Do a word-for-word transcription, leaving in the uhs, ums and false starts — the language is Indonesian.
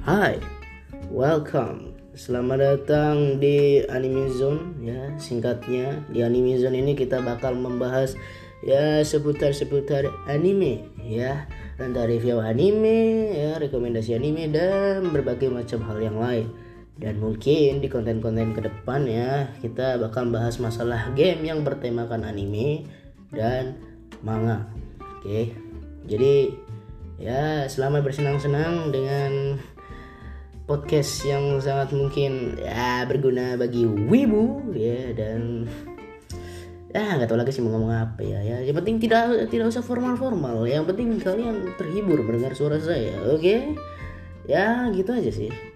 Hai, welcome. Selamat datang di Anime Zone ya, singkatnya. Di Anime Zone ini kita bakal membahas ya seputar-seputar anime ya, entah review anime, ya rekomendasi anime dan berbagai macam hal yang lain. Dan mungkin di konten-konten ke depan ya, kita bakal bahas masalah game yang bertemakan anime dan manga. Oke. Jadi ya selamat bersenang-senang dengan podcast yang sangat mungkin ya berguna bagi wibu ya, dan ya nggak tahu lagi sih mau ngomong apa ya ya yang penting tidak tidak usah formal-formal, yang penting kalian terhibur mendengar suara saya. Oke ya gitu aja sih.